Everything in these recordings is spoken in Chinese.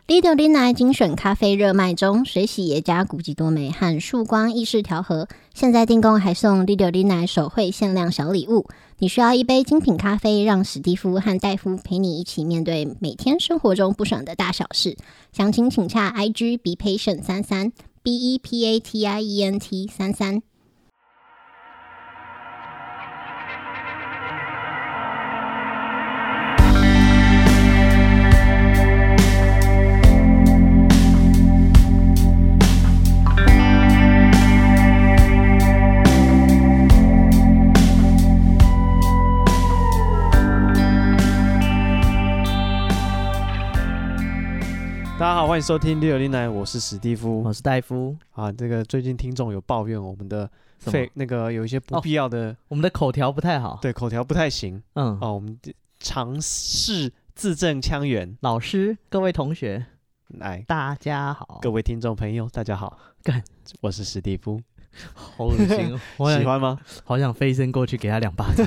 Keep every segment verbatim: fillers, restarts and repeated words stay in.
Lido Lina 精选咖啡热卖中，水洗耶加古籍多美和束光意式调和，现在订购还送 Lido Lina 手绘限量小礼物。你需要一杯精品咖啡，让史蒂夫和戴夫陪你一起面对每天生活中不爽的大小事。详情请洽 I G be patient 三三 B E P A T I E N T 三三。 大家好，欢迎收听六零来，我是史蒂夫， 我是戴夫。 啊，这个最近听众有抱怨我们的废那个有一些不必要的， 哦、我们的口条不太好， 对，口条不太行。嗯，哦，我们尝试字正腔圆。 老师，各位同学， 来， 大家好， 各位听众朋友，大家好。 干， 我是史蒂夫， 好恶心哦！ 喜欢吗？ 好想飞身过去给他两巴掌。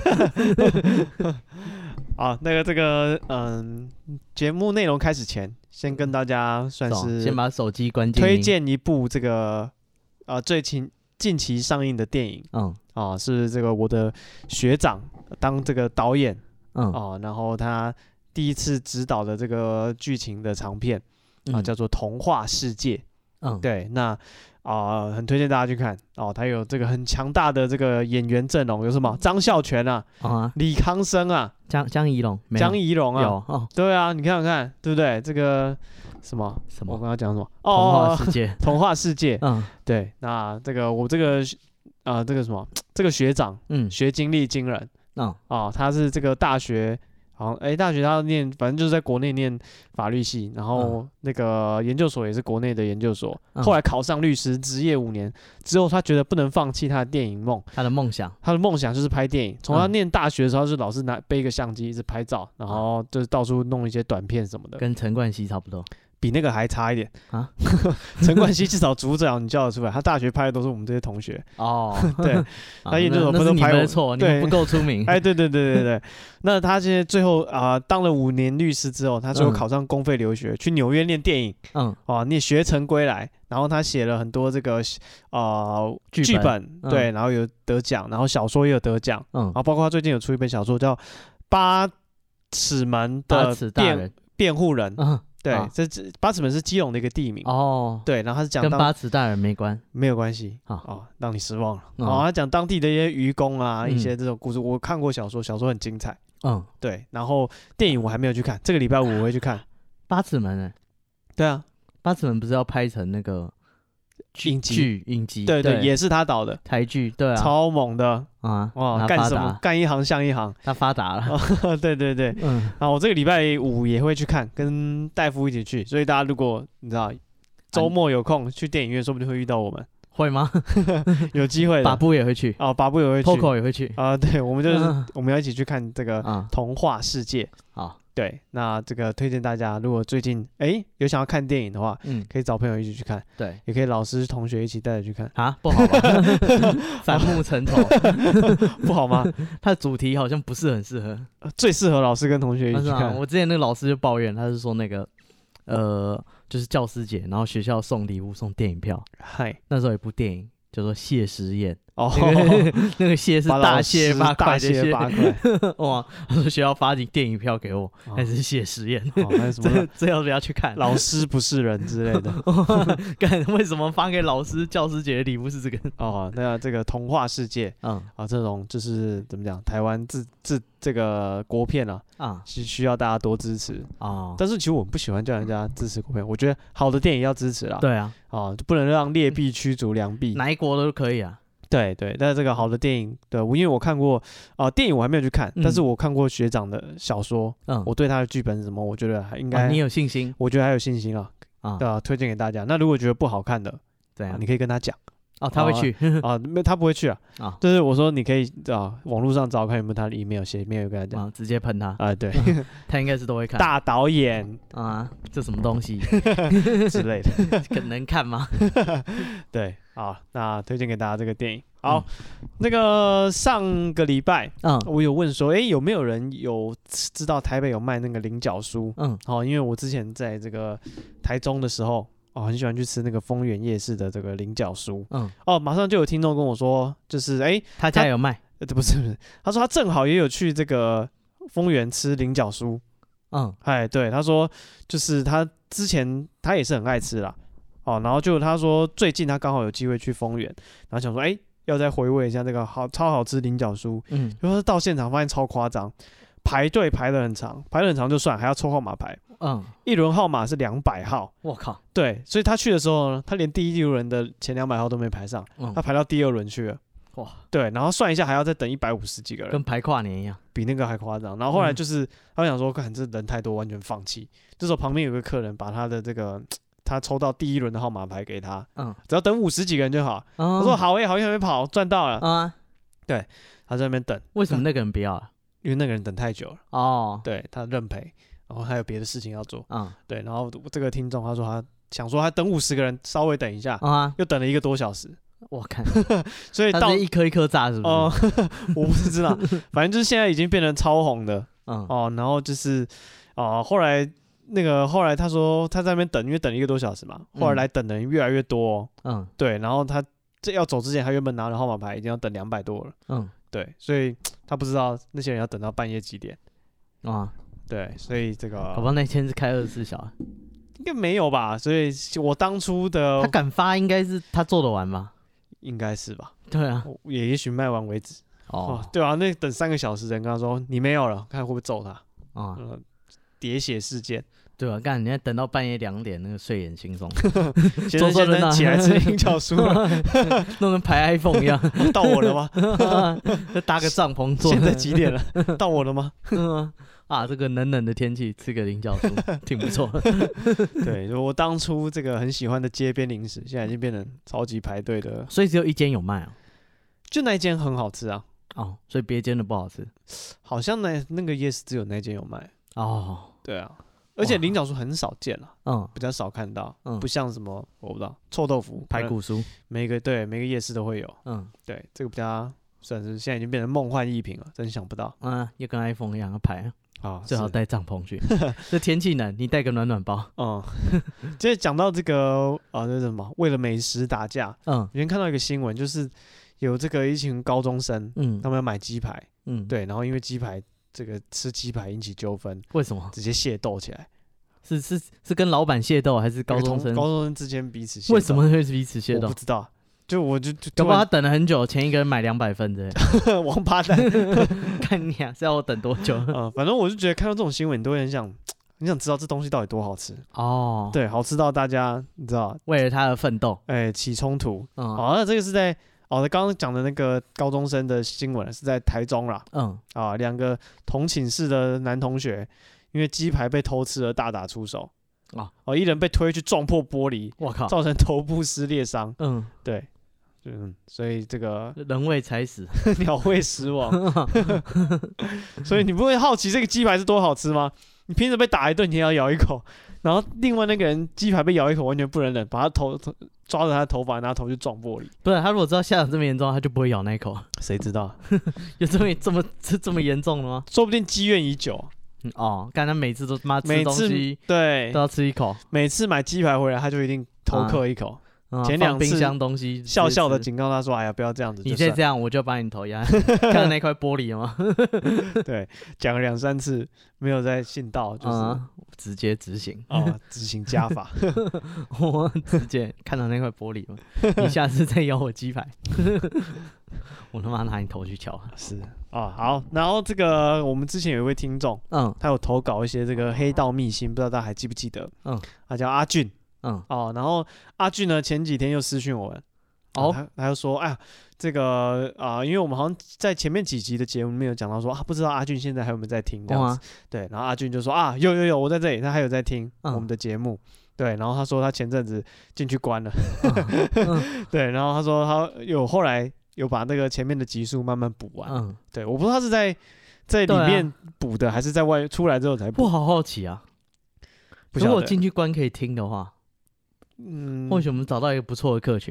好，那个这个嗯，节目内容开始前，先跟大家算是先把手机关静音， 推荐一部这个呃最近近期上映的电影，嗯，啊是这个我的学长当这个导演，嗯啊，然后他第一次执导的这个剧情的长片啊，嗯、叫做《童话世界》，嗯，对，那。啊、呃，很推荐大家去看哦。他有这个很强大的这个演员阵容，有什么张孝全啊，啊李康生啊， 江江宜龙， 江宜龙啊， 有哦， 对啊，你看看，对不对？这个什么什么， 我刚刚讲什么？ 哦，童话世界， 童话世界， 嗯， 对。那这个我这个啊、呃，这个什么，这个学长，嗯，学经历惊人，嗯啊，他是这个大学。好，哎，大学他念，反正就是在国内念法律系，然后那个研究所也是国内的研究所，嗯、后来考上律师，执业五年之后，他觉得不能放弃他的电影梦， 他的梦想， 他的梦想就是拍电影。从他念大学的时候，就老是拿背一个相机一直拍照，然后就是到处弄一些短片什么的， 跟陈冠希差不多。 比那个还差一点啊！陈冠希至少组长你叫得出来，他大学拍的都是我们这些同学哦。对，他研究所不都拍我错，你们不够出名。 哎，对对对对对。那他现在最后啊、呃，当了五年律师之后，他最后考上公费留学，嗯、去纽约念电影。嗯，哦，念学成归来，然后他写了很多这个呃剧本，本嗯、对，然后有得奖，然后小说也有得奖。嗯，然后包括他最近有出一本小说叫《八尺门的辩辩护人》。嗯。对，啊、这八尺门是基隆的一个地名哦。对，然后他是讲跟八尺大人没关， 没有关系啊、哦，让你失望了。嗯、哦，他讲当地的一些渔工啊，嗯、一些这种故事。我看过小说，小说很精彩。嗯，对。然后电影我还没有去看，这个礼拜五我会去看八尺门哎。 对啊， 八尺门不是要拍成那个影集？ 影集对 对, 对，也是他导的台剧，对啊， 超猛的。啊，哇，干什么？干一行像一行， 他发达了。 哦、对对对，嗯，啊，我这个礼拜五也会去看，跟戴夫一起去，所以大家如果你知道周末有空去电影院，说不定会遇到我们， 会吗？ 有机会的。 把布也会去， 哦，把布也会去 ，Poco 也会去啊、呃，对，我们就是、嗯、我们要一起去看这个童话世界。 好。 对，那这个推荐大家，如果最近哎有想要看电影的话，嗯，可以找朋友一起去看， 对， 也可以老师同学一起带着去看啊，不好吧？反目成仇， 不好吗？ 它的主题好像不是很适合， 最适合老师跟同学一起去看。 啊、我之前那个老师就抱怨，他是说那个呃，就是教师节，然后学校送礼物送电影票，嗨，那时候有一部电影叫做《谢师宴》。哦，那个蟹是大蟹八块的蟹，哇！他说学校发起电影票给我，哦、还是蟹实验，哦、还是什么这这要不要去看？ 老师不是人之类的。 干为什么发给老师教师节的礼物是这个？ 哦，那这个童话世界，嗯，啊，这种就是怎么讲，台湾自自这个国片啊，啊，是需要大家多支持啊。哦、但是其实我不喜欢叫人家支持国片，我觉得好的电影要支持啦。 对啊， 哦，就不能让劣币驱逐良币， 哪一国都可以啊。 对对，但是这个好的电影，对，因为我看过啊、呃，电影我还没有去看，嗯、但是我看过学长的小说，嗯，我对他的剧本是什么，我觉得还应该、 啊，你有信心？ 我觉得还有信心啊，啊，对啊，推荐给大家。那如果觉得不好看的， 对啊， 你可以跟他讲， 哦，他会去啊，没，他不会去啊，啊，就是我说你可以啊，网络上找看有没有他的 email 写 email 跟他讲， 啊，直接喷他啊，对， 他应该是都会看。 大导演啊，这什么东西之类的， 可能看吗？ 对。 好，那推荐给大家这个电影。好，嗯、那个上个礼拜，嗯，我有问说，哎、欸，有没有人有知道台北有卖那个菱角酥？嗯，好，因为我之前在这个台中的时候，哦，很喜欢去吃那个丰原夜市的这个菱角酥。嗯，哦，马上就有听众跟我说，就是哎、欸， 他家有卖？ 呃，不是不是，他说他正好也有去这个丰原吃菱角酥。嗯，哎，对，他说就是他之前他也是很爱吃啦。哦，然后就他说最近他刚好有机会去丰原，然后想说，哎、欸。要再回味一下这个好超好吃菱角酥，嗯，然后到现场发现超夸张，排队排得很长，排得很长就算，还要抽号码牌，嗯，一轮号码是两百号， 我靠， 对，所以他去的时候呢，他连第一轮的前两百号都没排上，嗯、他排到第二轮去了，哇，对，然后算一下还要再等一百五十几个人， 跟排跨年一样， 比那个还夸张。然后后来就是、嗯、他想说，看这人太多，完全放弃。这时候旁边有个客人把他的这个。他抽到第一轮的号码牌给他，嗯，只要等五十几个人就好。嗯、他说好耶，好像没跑，赚到了。嗯，对，他在那边等。 为什么那个人不要啊？ 因为那个人等太久了。哦，对他认赔，然后还有别的事情要做。嗯，对，然后这个听众他说他想说他等五十个人，稍微等一下，啊，又等了一个多小时。 我看， 所以到一颗一颗炸是不是？ 哦，我不知道，反正就是现在已经变成超红的。嗯，哦，然后就是哦，后来。那个后来他说他在那边等，因为等了一个多小时嘛。后来来等的人越来越多、哦，嗯，对。然后他这要走之前，他原本拿的号码牌已经要等两百多了，嗯，对。所以他不知道那些人要等到半夜几点啊？对，所以这个宝宝那天是开二十四小时， 应该没有吧？所以我当初的他敢发，应该是他做得完吧？ 应该是吧？ 对啊， 也也许卖完为止。哦，对啊，那等三个小时，人跟他说你没有了，看会不会揍他啊？呃、喋血事件。 对啊，干！你要等到半夜两点，那个睡眼惺忪， 先生先生起来吃菱角酥了， 弄跟排 iPhone 一样。 到我了吗？ 搭个帐篷坐。 现在几点了？到我了吗？ 啊，这个冷冷的天气，吃个菱角酥挺不错。 对，我当初这个很喜欢的街边零食，现在已经变成超级排队的。 所以只有一间有卖啊？ 就那一间很好吃啊。 哦，所以别间的不好吃？ 好像那那个夜市只有那间有卖。哦，对啊。而且菱角酥很少见了，嗯，比较少看到，嗯，不像什么我不知道臭豆腐、 排骨酥， 每个对每个夜市都会有，嗯，对，这个比较算是现在已经变成梦幻逸品了，真想不到， 嗯，也跟 iPhone 一样要排啊，最好带帐篷去，这天气冷，你带个暖暖包， 嗯，接着讲到这个啊，这是什么？为了美食打架，嗯，以前看到一个新闻，就是有这个一群高中生，嗯，他们要买鸡排，嗯，对，然后因为鸡排。这个吃鸡排引起纠纷， 为什么？ 直接械斗起来， 是是是跟老板械斗，还是高中生？ 高中生之间彼此械斗， 为什么会彼此械斗？ 我不知道，就我就就， 搞不好他等了很久，前一个人买两百份的， 王八蛋， 看你啊，是要我等多久？ 嗯，反正我就觉得看到这种新闻，你都会很想，你想知道这东西到底多好吃哦。对，好吃到大家你知道， 为了他而奋斗， 哎、欸，起冲突。嗯，好，那这个是在。哦，刚刚讲的那个高中生的新闻是在台中啦。嗯，啊，两个同寝室的男同学，因为鸡排被偷吃而大打出手。啊，哦，一人被推去撞破玻璃， 我靠， 造成头部撕裂伤。嗯，对，嗯，所以这个人为财死， 鸟为食亡。所以你不会好奇这个鸡排是多好吃吗？你平时被打一顿，你也要咬一口。然后另外那个人鸡排被咬一口，完全不能忍，把他头抓着他的头发，拿头去撞玻璃。 不是，他如果知道下场这么严重，他就不会咬那一口。 谁知道？ 有这么这么这这么严重的吗？ 说不定积怨已久。 嗯、哦，干他每次都他妈吃东西， 对， 都要吃一口。 每次买鸡排回来，他就一定偷嗑一口。 啊、 前两次冰箱东西笑笑的警告他说：“哎呀，不要这样子。” 你再这样，我就把你头压。看到那块玻璃了吗？ 对，讲了两三次，没有再信道，就是、嗯、 直接执行哦，执行家法。 我直接看到那块玻璃吗？你下次再咬我鸡排，我他妈拿你头去敲。 是啊、哦，好，然后这个我们之前有一位听众，嗯，他有投稿一些这个黑道秘辛，不知道大家还记不记得？嗯，他叫阿俊。嗯哦，然后阿俊呢前几天又私讯我们，哦，他他又说，哎呀，这个啊、呃，因为我们好像在前面几集的节目里面有讲到说啊，不知道阿俊现在还有没有在听这样子，哦啊、对，然后阿俊就说啊，有有有，我在这里，他还有在听我们的节目，嗯、对，然后他说他前阵子进去关了，嗯、对，然后他说他有后来有把那个前面的集数慢慢补完，嗯，对，我不知道他是在在里面补的，啊、还是在外出来之后才补， 不好好奇啊，如果进去关可以听的话。嗯，或许我们找到一个不错的客群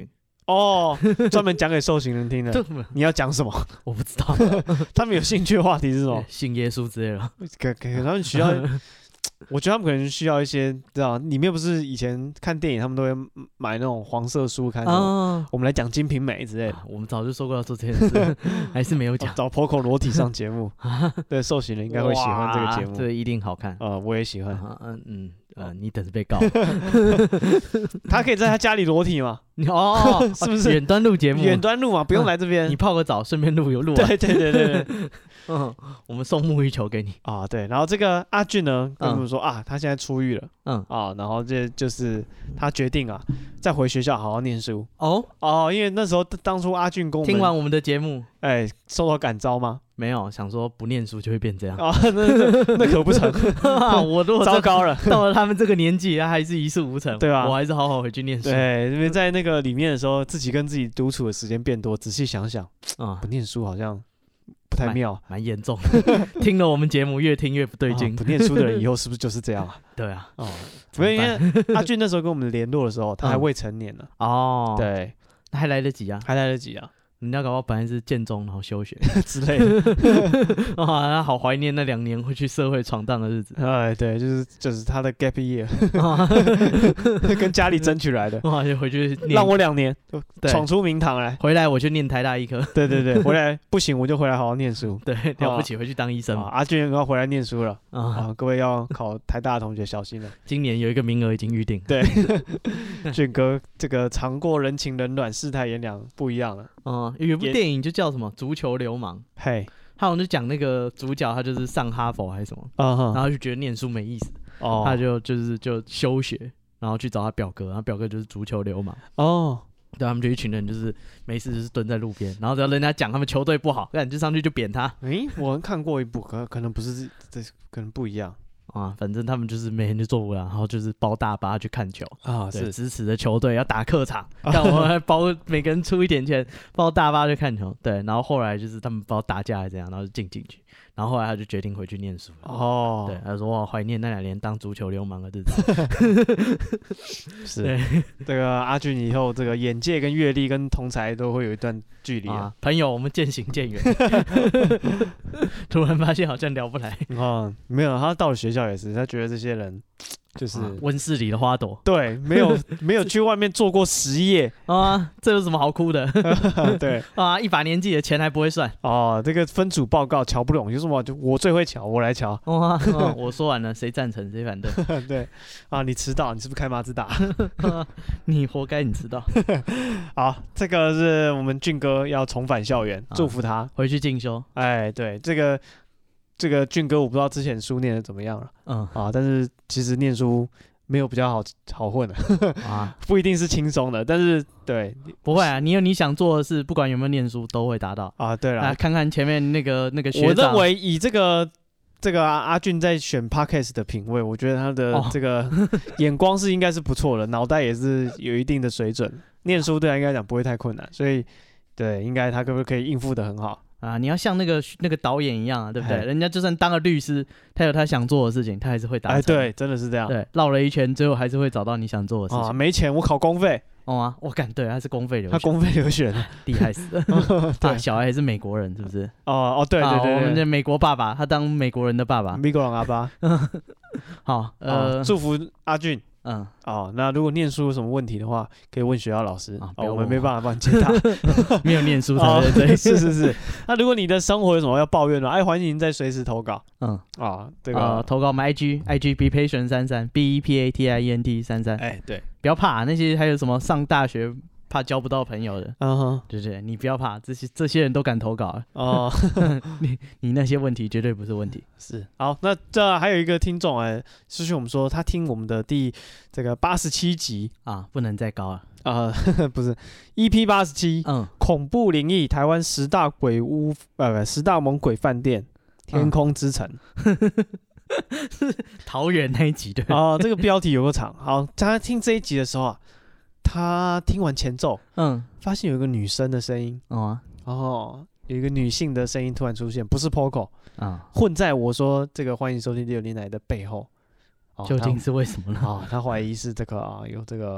哦，专门讲给受刑人听的。你要讲什么？ 我不知道。 他们有兴趣的话题是什么？ 信耶稣之类的。 可可他们需要。我觉得他们可能需要一些，知道里面不是以前看电影，他们都会买那种黄色书看。哦、我们来讲《金瓶梅》之类的、啊。 我们早就说过要做这件事，还是没有讲。 找 Poco 裸体上节目，对，受刑人应该会喜欢这个节目。 对，一定好看。 呃，我也喜欢。 嗯嗯呃，你等着被告。 他可以在他家里裸体吗？ 哦，是不是？远端录节目， 远端录嘛，不用来这边。 你泡个澡，顺便录有录完。 对对对对对。 嗯，我们送沐浴球给你啊，对，然后这个阿俊呢跟我们说、嗯、啊，他现在出狱了，嗯啊，然后这就是他决定啊，再回学校好好念书哦哦，因为那时候当初阿俊跟我们听完我们的节目， 哎，受到感召吗？ 没有，想说不念书就会变这样啊，那那那可不成， 我如果糟糕了， 到了他们这个年纪，他还是一事无成， 对吧？ 我还是好好回去念书。 对，因为在那个里面的时候，自己跟自己独处的时间变多，仔细想想，啊，不念书好像。不太妙， 蛮严重。听了我们节目，越听越不对劲、 哦。不念书的人以后是不是就是这样啊？ 对啊， 哦，因为阿俊那时候跟我们联络的时候，他还未成年呢。 嗯、哦， 对， 还来得及啊， 还来得及啊。 人家搞不好本来是建中，然后休学之类的， 哇，他好怀念那两年会去社会闯荡的日子。 哎，对，就是就是他的 gap year， 跟家里争取来的。 哇，就回去让我两年闯出名堂来， 回来我就念台大医科。 对对对，回来不行我就回来好好念书。 对，了不起，回去当医生。 阿俊要回来念书了啊！各位要考台大的同学小心了， 今年有一个名额已经预定。 对，俊哥这个尝过人情冷暖、世态炎凉，不一样了。 嗯，有一部电影就叫什么《足球流氓》， 嘿， 他好像就讲那个主角他就是上哈佛还是什么， uh-huh. 然后就觉得念书没意思，哦、他就就是就休学，然后去找他表哥，他表哥就是足球流氓哦。对，他们就一群人，就是没事就是蹲在路边，然后只要人家讲他们球队不好，那你就上去就扁他。 诶、欸，我看过一部，可可能不是这，可能不一样。 啊，反正他们就是每天就做不了，然后就是包大巴去看球啊， 是支持的球队要打客场，但我们还包每个人出一点钱，包大巴去看球。对，然后后来就是他们包打架还是怎样，然后就进进去，然后后来他就决定回去念书。哦，对，他说我好怀念那两年当足球流氓的日子。 是，这个阿俊以后这个眼界跟阅历跟同才都会有一段距离啊。 朋友，我们渐行渐远。突然发现好像聊不来。 哦，没有，他到了学校也是，他觉得这些人就是温室里的花朵。 对，没有没有去外面做过实业啊，这有什么好哭的？ 对啊，一把年纪的钱还不会算哦。这个分组报告瞧不拢，就是我就我最会瞧，我来瞧。 哇、哦，我说完了，谁赞成谁反对？ 对啊，你迟到，你是不是开马自达？ 你活该，你迟到。 好，这个是我们俊哥要重返校园，祝福他、啊、 回去进修。 哎，对这个。这个俊哥我不知道之前书念的怎么样了，嗯啊，但是其实念书没有比较好好混的啊，不一定是轻松的，但是对， 不会啊，你有你想做的事，不管有没有念书都会达到啊。对了、啊， 看看前面那个那个学长，我认为以这个这个、啊、阿俊在选 podcast 的品味，我觉得他的这个眼光是应该是不错的，脑袋也是有一定的水准，念书对他应该讲不会太困难，所以对，应该他可不可以应付得很好。 啊，你要像那个那个导演一样啊，对不对？人家就算当了律师，他有他想做的事情，他还是会达成。 哎，对，真的是这样。 对，绕了一圈，最后还是会找到你想做的事情。 啊，没钱，我考公费。 哦啊，我干，对，他是公费留学， 他公费留学的， 厉害死了。对、啊，小孩还是美国人，是不是？ 哦哦，对对 对, 對、啊， 我们的美国爸爸，他当美国人的爸爸， 美国人阿爸。 好，呃， 祝福阿俊。嗯，哦，那如果念书有什么问题的话，可以问学校老师啊、哦，我们没办法帮你解答。 没有念书才会这样、哦。 是是是。那如果你的生活有什么要抱怨的，哎，欢迎再随时投稿。嗯，啊、哦，这个、 呃、投稿我们 I G I G be patient 三三 B E P A T I E N T 三三。 哎，对， 不要怕那些，还有什么上大学怕交不到朋友的，嗯哼，对不对？你不要怕，这些这些人都敢投稿哦。你你那些问题绝对不是问题。 是，好，那这还有一个听众哎，私讯我们说他听我们的第这个八十七集啊，不能再高了啊、呃，不是 E P 八十七，嗯，恐怖灵异台湾十大鬼屋呃十大猛鬼饭店天空之城。 是桃园那一集对哦，这个标题有个长。好，他听这一集的时候啊，他听完前奏，嗯，发现有一个女生的声音，哦、啊，哦，有一个女性的声音突然出现，不是 Poco 啊，混在我说这个欢迎收听第六零奶的背后， 哦、究竟是为什么呢？ 啊、哦，他怀疑是这个啊，有这个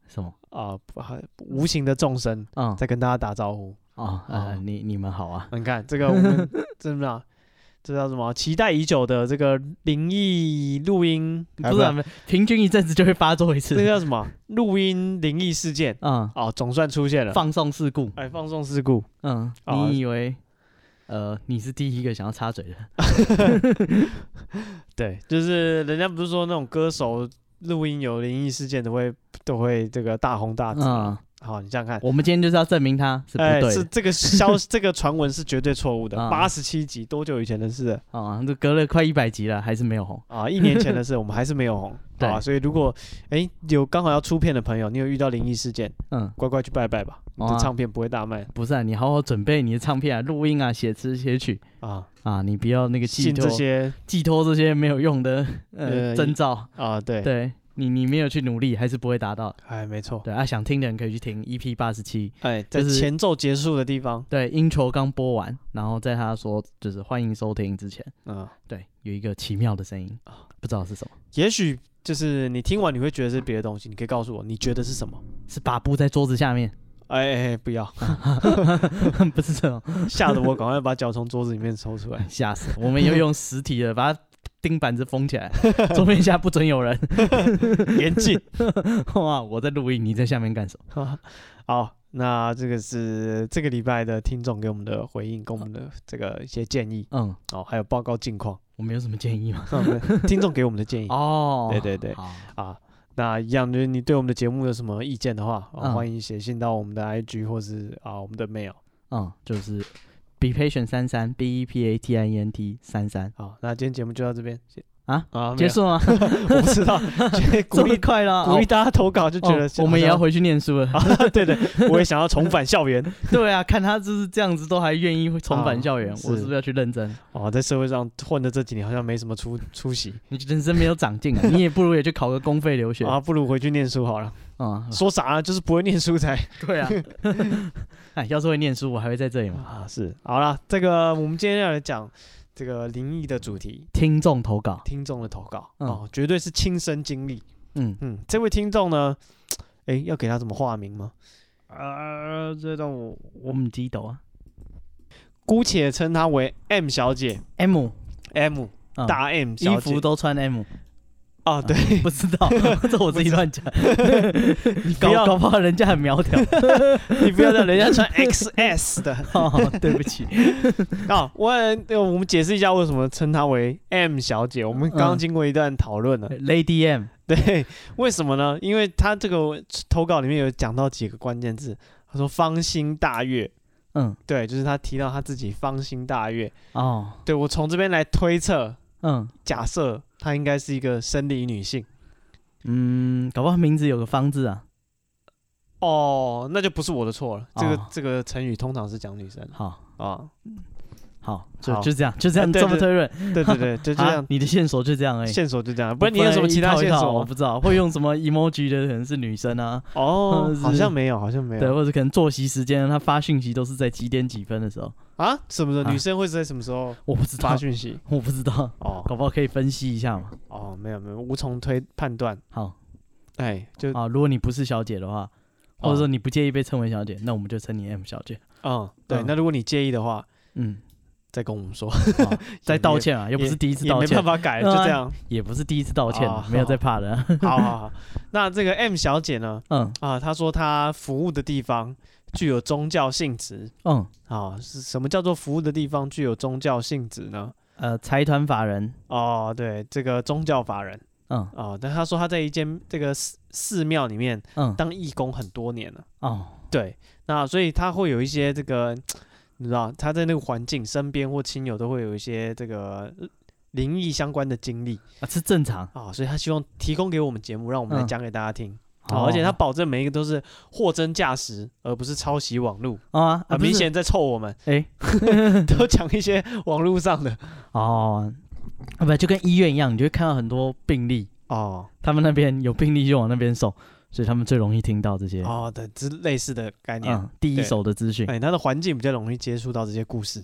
什么啊、呃？无形的众生，嗯，在跟大家打招呼哦。呃，你你们好啊！ 你看这个，我们真的。这叫什么？期待已久的这个灵异录音， 不是、啊、平均一阵子就会发作一次。 这叫什么？录音灵异事件，嗯，哦，总算出现了。 放送事故， 哎，放送事故， 嗯，哦、你以为，呃，你是第一个想要插嘴的？ 对，就是人家不是说那种歌手录音有灵异事件都会都会这个大红大紫吗？嗯好，你想想看， 我们今天就是要证明他是不对的， 欸、是这个消这个传闻是绝对错误的。八十七集多久以前的事了？ 啊，都隔了快一百集了，还是没有红啊！一年前的事，我们还是没有红。对啊，所以如果哎、欸、有刚好要出片的朋友，你有遇到灵异事件，嗯，乖乖去拜拜吧，你的唱片不会大卖。 不是啊，你好好准备你的唱片啊，录音啊，写词写曲啊啊，你不要那个寄托这些寄托这些没有用的呃征兆啊，对对。你你没有去努力，还是不会达到。 哎，没错。 对啊，想听的人可以去听 E P 八十七。 哎，在前奏结束的地方， 对 intro 刚播完，然后在他说就是欢迎收听之前，嗯，对，有一个奇妙的声音，不知道是什么。 也许就是你听完你会觉得是别的东西，你可以告诉我，你觉得是什么？ 是把布在桌子下面。 哎哎哎，不要， 不是这种， 吓得我赶快把脚从桌子里面抽出来， 吓死！我们要用实体的把它。钉板子封起来，桌面下不准有人， 严禁。 哇！我在录音，你在下面干什么？ 好，那这个是这个礼拜的听众给我们的回应，跟我们的这个一些建议。嗯，哦，还有报告近况。 我们有什么建议吗？ 听众给我们的建议。 哦， 对对对，啊，那一样就是你对我们的节目有什么意见的话，哦嗯、欢迎写信到我们的 I G 或是啊我们的 mail。 嗯，就是。Be patient 三三 B E P A T I E N T 三三。 好，那今天节目就到这边啊啊，结束吗？ 我不知道，鼓励快了， 鼓励大家投稿，就觉得、哦、 我们也要回去念书了。 对对，我也想要重返校园。 对啊，看他就是这样子，都还愿意重返校园，啊、我是不是要去认真？ 哦，在社会上混的这几年好像没什么出出息， 你人生没有长进啊，你也不如也去考个公费留学啊，不如回去念书好了。啊、嗯，说啥啊？就是不会念书才对啊。哎，要是会念书，我还会在这里吗？ 啊，是。好了，这个我们今天要来讲这个灵异的主题， 听众投稿， 听众的投稿、嗯、哦，绝对是亲身经历。嗯嗯，这位听众呢，哎，要给他怎么化名吗？ 呃，这段我我不知道啊， 姑且称她为 M 小姐 ，M M、嗯、大 M 小姐， 衣服都穿 M。 哦，对、 啊，不知道，这我自己乱讲。你搞搞不好人家很苗条， 你不要让人家穿 X S 的。 哦，对不起。 啊，我我们解释一下为什么称她为 M 小姐。我们刚刚经过一段讨论了、 嗯、，Lady M。 对，为什么呢？因为她这个投稿里面有讲到几个关键字，她说芳心大悦。嗯，对，就是她提到她自己芳心大悦。哦，对，我从这边来推测。嗯，假设她应该是一个生理女性， 嗯，搞不好名字有个方字啊。 哦，那就不是我的错了。哦、这个这个成语通常是讲女生。 好啊， 好，就就这样，就这样，这么推论。 对对对，就这样。 你的线索就这样而已。 线索就这样，不然你有什么其他线索？ 我不知道，会用什么 emoji 的可能是女生啊。 哦，好像没有，好像没有。 对，或者可能作息时间，她发讯息都是在几点几分的时候。 啊？什么的？女生会是在什么时候？ 我不知道发讯息， 我不知道。哦，搞不好可以分析一下嘛。 哦，没有没有，无从推判断。 好， 哎，就啊，如果你不是小姐的话，或者说你不介意被称为小姐，那我们就称你 M 小姐。 嗯，对。那如果你介意的话，嗯，再跟我们说， 再道歉啊，又不是第一次道歉， 也没办法改，就这样。 也不是第一次道歉，没有在怕的。 好好好，那这个 M 小姐呢？嗯啊，她说她服务的地方具有宗教性质。嗯，啊，是什么叫做服务的地方具有宗教性质呢？ 呃，财团法人。 哦，对，这个宗教法人。嗯，哦，但他说他在一间这个寺寺庙里面，嗯，当义工很多年了。哦，对，那所以他会有一些这个，你知道，他在那个环境身边或亲友都会有一些这个灵异相关的经历啊，是正常啊，所以他希望提供给我们节目，让我们来讲给大家听。嗯哦、而且他保证每一个都是货真价实，而不是抄袭网路啊！很明显在臭我们，哎、欸，都讲一些网路上的哦，啊不，就跟医院一样，你就会看到很多病例哦，他们那边有病例就往那边送，所以他们最容易听到这些哦，对，这类似的概念，嗯、 第一手的资讯， 哎，他的环境比较容易接触到这些故事。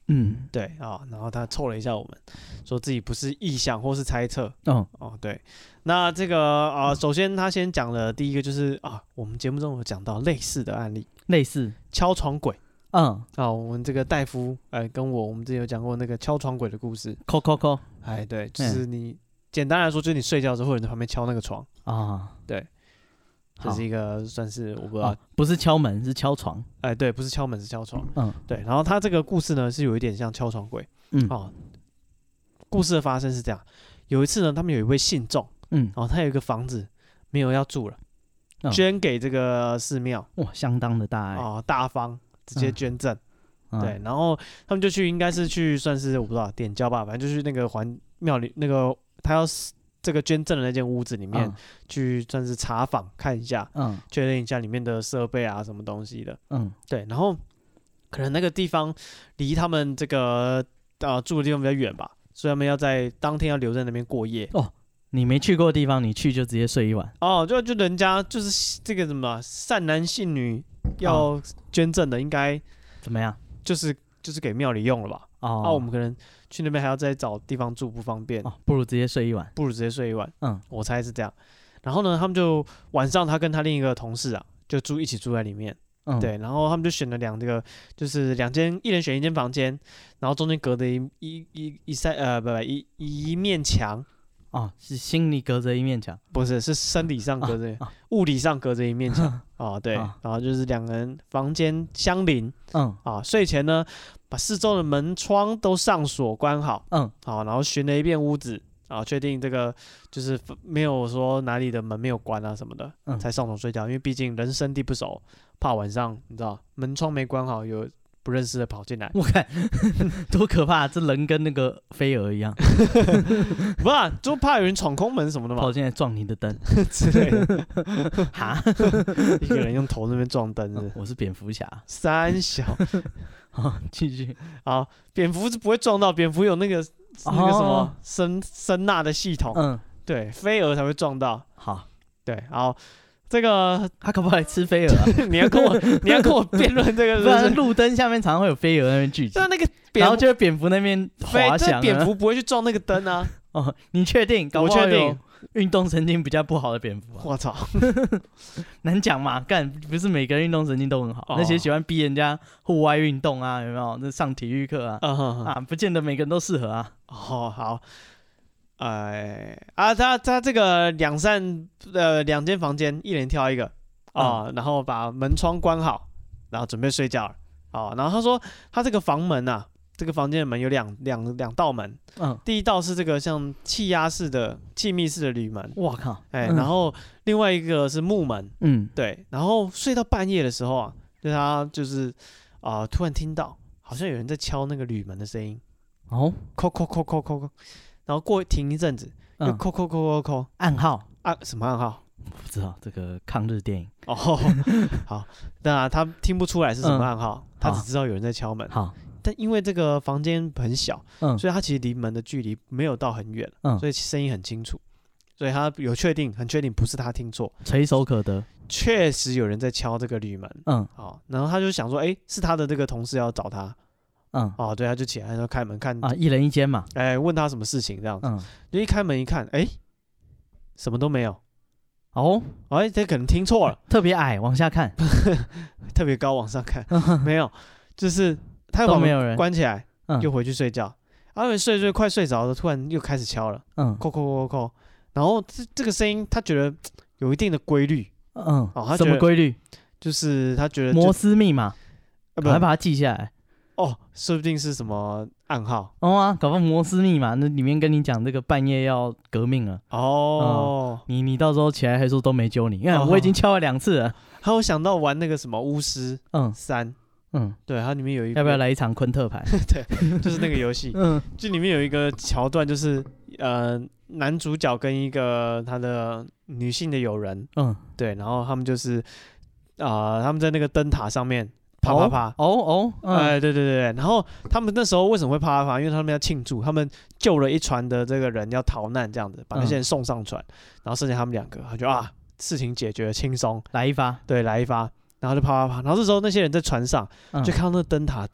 嗯，对啊，然后他凑了一下我们，说自己不是臆想或是猜测。哦哦，对，那这个啊，首先他先讲了第一个就是啊，我们节目中有讲到类似的案例， 类似敲床鬼。 嗯， 啊，我们这个戴夫哎，跟我我们之前有讲过那个敲床鬼的故事。 敲敲敲， 哎，对，就是你、嗯、简单来说，就是你睡觉的时候，会有人在旁边敲那个床啊。对，这是一个算是我不知道、哦， 不是敲门，是敲床。 哎，对，不是敲门，是敲床。嗯，对。然后他这个故事呢，是有一点像敲床鬼。嗯，哦，故事的发生是这样：有一次呢，他们有一位信众，嗯，然后他有一个房子没有要住了，嗯、捐给这个寺庙。 哇，相当的大爱啊、哦，大方。直接捐赠、嗯，对，然后他们就去，应该是去算是我不知道点交吧，反正就去那个还庙里那个他要这个捐赠的那间屋子里面、嗯、去算是查访看一下，嗯，确认一下里面的设备啊什么东西的，嗯，对，然后可能那个地方离他们这个呃住的地方比较远吧，所以他们要在当天要留在那边过夜。 哦，你没去过的地方，你去就直接睡一晚。 哦，就就人家就是这个什么善男信女。要捐赠的应该怎么样？ 就是就是给庙里用了吧？哦，啊，我们可能去那边还要再找地方住，不方便。 哦，不如直接睡一晚。 不如直接睡一晚。嗯，我猜是这样。然后呢，他们就晚上他跟他另一个同事啊，就住一起住在里面。嗯，对。然后他们就选了两这个，就是两间，一人选一间房间，然后中间隔着一一一一塞呃不不一一面墙。 哦，是心里隔着一面墙， 不是，是生理上隔着，啊啊、物理上隔着一面墙。哦，对，啊、然后就是两个人房间相邻。嗯，啊，睡前呢，把四周的门窗都上锁关好。嗯，好，然后巡了一遍屋子，啊，确定这个就是没有说哪里的门没有关啊什么的，嗯、才上床睡觉。因为毕竟人生地不熟，怕晚上你知道门窗没关好有。不认识的跑进来， 我看多可怕！这人跟那个飞蛾一样， 不是、啊，就怕有人闯空门什么的嘛， 跑进来撞你的灯之类的。哈，一个人用头那边撞灯是、哦， 我是蝙蝠侠， 三小。 好，继续。 好，蝙蝠是不会撞到，蝙蝠有那个、哦、那个什么声声呐的系统，嗯，对，飞蛾才会撞到。 好， 对，好。这个他可不可以吃飞蛾、啊？ 你要跟我，你要跟我辩论这个， 不然路灯下面常常会有飞蛾那边聚集， 那个然后就会蝙蝠那边滑翔， 蝙蝠不会去撞那个灯啊。 哦，你确定？ 我确定， 运动神经比较不好的蝙蝠、啊。 我操， 难讲嘛？干不是每个人运动神经都很好，哦、那些喜欢逼人家户外运动啊，有没有？那上体育课啊，啊, 呵呵啊，不见得每个人都适合啊。 哦，好。哎啊，他他这个两扇呃两间房间，一人挑一个啊、嗯，然后把门窗关好，然后准备睡觉了啊。然后他说他这个房门啊，这个房间的门有两两两道门，嗯，第一道是这个像气压式的气密式的铝门， 我靠， 哎，嗯、然后另外一个是木门，嗯，对，然后睡到半夜的时候啊，就他就是啊、呃、突然听到好像有人在敲那个铝门的声音，哦，扣扣扣扣扣扣。然后过停一阵子，又扣扣扣扣扣， 暗号啊？什么暗号？ 不知道，这个抗日电影哦。好，当然他听不出来是什么暗号，嗯、他只知道有人在敲门。 好， 但因为这个房间很小，嗯，所以他其实离门的距离没有到很远，嗯，所以声音很清楚，所以他有确定，很确定不是他听错， 垂手可得， 确实有人在敲这个铝门。嗯，好，然后他就想说，哎，是他的这个同事要找他。嗯，哦，对，他就起来说开门看啊，一人一间嘛， 哎，问他什么事情这样子，嗯，就一开门一看，哎，什么都没有，哦，哎，这可能听错了， 特别矮往下看， 特别高往上看，没有，就是他把门关起来，嗯，又回去睡觉，然后睡睡快睡着了，突然又开始敲了，嗯，扣扣扣扣，然后这这个声音他觉得有一定的规律， 嗯，哦，他什么规律？ 就是他觉得摩斯密码，我还把它记下来。 哦，说不定是什么暗号哦啊，搞不好摩斯密码那里面跟你讲这个半夜要革命了哦、嗯，你你到时候起来还说都没揪你，你看、哦、我已经敲了两次了。 还有想到玩那个什么巫师嗯三嗯，对，它里面有一个要不要来一场昆特牌？ 对，就是那个游戏，嗯，就里面有一个桥段，就是呃男主角跟一个他的女性的友人，嗯，对，然后他们就是啊、呃、他们在那个灯塔上面。啪啪啪！ 哦哦， 嗯、哎，对对对对，然后他们那时候为什么会啪啪啪？因为他们要庆祝，他们救了一船的这个人要逃难，这样子把那些人送上船，嗯、然后剩下他们两个，他就啊，事情解决了，轻松， 来一发， 对，来一发，然后就啪啪啪，然后这时候那些人在船上、嗯、就看到那灯塔灯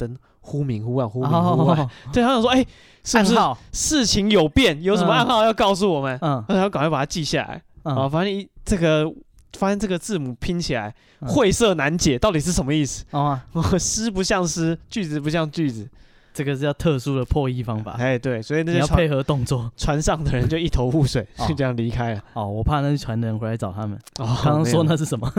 忽明忽暗，忽明忽暗。对，他想说，哎、欸，是不是事情有变？有什么暗号要告诉我们？嗯，他要赶快把它记下来。嗯、啊，发现这个，发现这个字母拼起来、嗯、晦涩难解，到底是什么意思？哦、啊，诗不像诗，句子不像句子。 这个是要特殊的破译方法， 哎，对，所以那你要配合动作， 船上的人就一头雾水，就这样离开了。 哦，我怕那些船的人回来找他们。哦，刚刚说那是什么？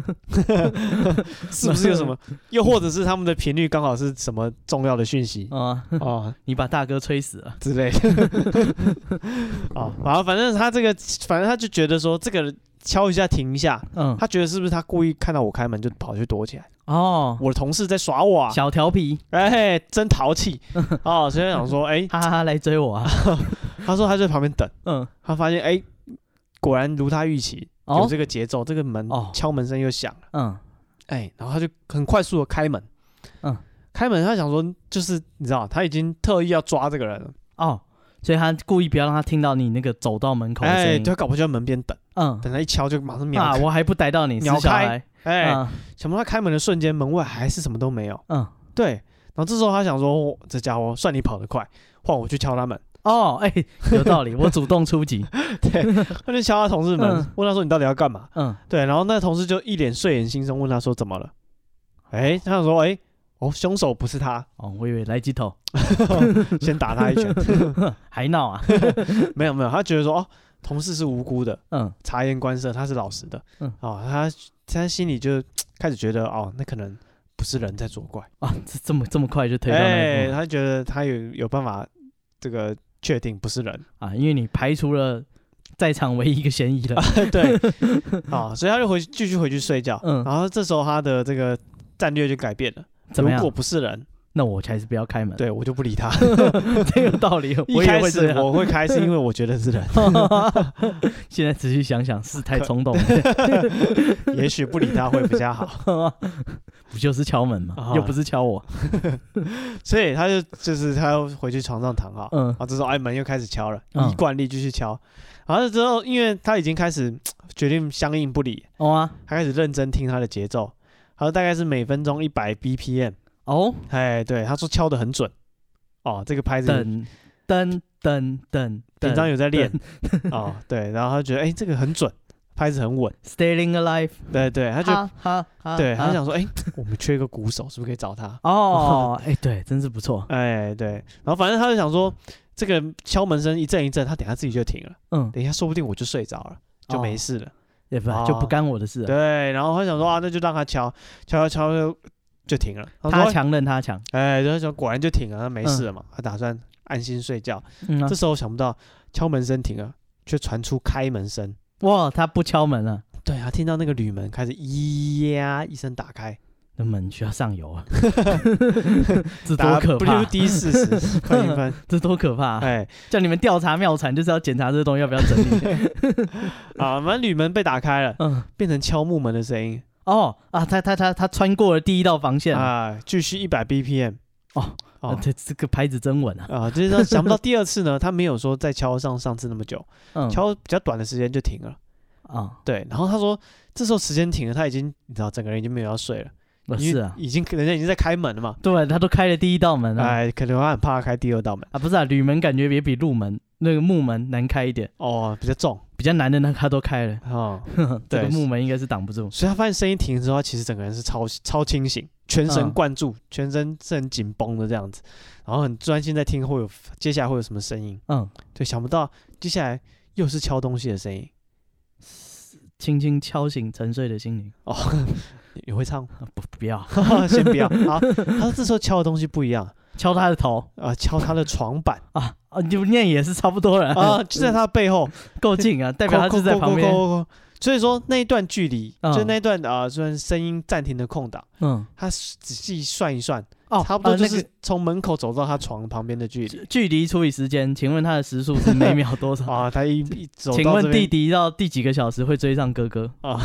是不是有什么？又或者是他们的频率刚好是什么重要的讯息？ 啊哦，你把大哥吹死了之类的。啊，好，反正他这个，反正他就觉得说这个敲一下停一下，嗯，他觉得是不是他故意看到我开门就跑去躲起来？哦，我的同事在耍我、啊， 小调皮， 哎，真淘气哦，所以想说，哎， 哈哈，来追我啊！ 他说他在旁边等，嗯，他发现，哎，果然如他预期，有这个节奏，这个门、哦、敲门声又响了，嗯，哎，然后他就很快速的开门，嗯，开门，他想说，就是你知道，他已经特意要抓这个人了，哦。 所以他故意不要让他听到你那个走到门口的声音，哎， 他搞不好就在门边等，嗯，等他一敲就马上秒开， 啊，我还不逮到你， 秒开，哎，嗯、想不到他开门的瞬间，门外还是什么都没有，嗯，对，然后这时候他想说，哦、这家伙算你跑得快，换我去敲他门， 哦，哎，有道理，我主动出击， 对，他就敲他同事门，嗯、问他说你到底要干嘛，嗯，对，然后那同事就一脸睡眼惺忪问他说怎么了，哎，他想说，哎。哦，凶手不是他哦，我以为来鸡头， 先打他一拳， 还闹啊？ 没有没有，他觉得说哦，同事是无辜的，嗯，察言观色，他是老实的，嗯，哦，他他心里就开始觉得哦，那可能不是人在作怪啊，这这么这么快就推到那一步， 他觉得他有有办法这个确定不是人啊，因为你排除了在场唯一一个嫌疑了， 对，啊，所以他就回继续回去睡觉，嗯，然后这时候他的这个战略就改变了。如果不是人， 那我还是不要开门。 对，我就不理他。 这有道理。 一开始我会开，是因为我觉得是人。 现在仔细想想，是太冲动了。 也许不理他会比较好。 不就是敲门吗？哦、又不是敲我。 所以他就就是他要回去床上躺好。嗯。然后这时候哎门又开始敲了，依惯例继续敲。然后之后，因为他已经开始决定相应不理。哦啊。他开始认真听他的节奏。好，大概是每分钟一百 B P M 哦，哎，对，他说敲得很准哦，这个拍子噔噔噔噔， 平常有在练哦，对，然后他觉得哎、欸，这个很准，拍子很稳 ，Staying Alive， 对对，他就哈哈对他想说哎、欸，我们缺一个鼓手，是不是可以找他？ 哦，哎、欸，对，真是不错， 哎，对，然后反正他就想说，这个敲门声一阵一阵，他等一下自己就停了，嗯，等一下说不定我就睡着了，就没事了。哦也不、哦、就不干我的事了。 对，然后他想说啊，那就让他敲，敲敲敲就停了。 他强任他强， 哎，就想果然就停了，他没事了嘛，嗯、他打算安心睡觉。嗯啊、这时候想不到敲门声停了，却传出开门声。 哇，他不敲门了。 对，他听到那个铝门开始咿呀一声打开。 那门需要上油啊！这多可怕 ！W D 四十快一分， 这多可怕！哎，叫你们调查妙产，就是要检查这个东西要不要整理。 啊，反正铝门被打开了，嗯，变成敲木门的声音。 哦啊，他他他他穿过了第一道防线啊，继续一百 B P M。哦哦，这这个拍子真稳啊！ 啊，就是说想不到第二次呢，他没有说再敲上上次那么久，嗯、敲比较短的时间就停了。啊、哦，对，然后他说这时候时间停了，他已经你知道整个人已经没有要睡了。 是啊， 已经人家已经在开门了嘛。 对，他都开了第一道门了。 哎，可能他很怕开第二道门啊。不是啊，铝门感觉也比木门那个木门难开一点。 哦，比较重， 比较难的那他都开了。 哦， 这个木门应该是挡不住。 所以他发现声音停之后，他其实整个人是超超清醒，全神贯注，嗯、全身是很紧绷的这样子，然后很专心在听会有接下来会有什么声音。嗯，对，想不到接下来又是敲东西的声音， 轻轻敲醒沉睡的心灵。 哦。也会唱？ 不，不要， 先不要。好，他说这时候敲的东西不一样， 敲他的头啊，敲他的床板啊啊，你念也是差不多了啊，就在他的背后， 够近啊，代表他就在旁边。 所以说那一段距离，嗯、就那一段啊，虽然声音暂停的空档，嗯，他仔细算一算，哦，差不多就是从门口走到他床旁边的距离， 距离除以时间，请问他的时速是每秒多少啊？他一一走到请问弟弟到第几个小时会追上哥哥啊？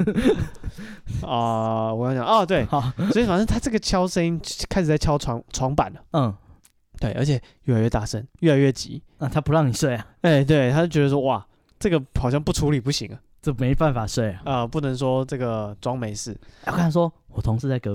啊，我跟你讲，哦，对，所以反正他这个敲声音开始在敲床床板了，嗯，对，而且越来越大声，越来越急啊，他不让你睡啊？ 哎、欸，对，他就觉得说，哇，这个好像不处理不行啊。 这没办法睡啊！ 啊、呃，不能说这个装没事。 我跟他说，我同事在隔壁，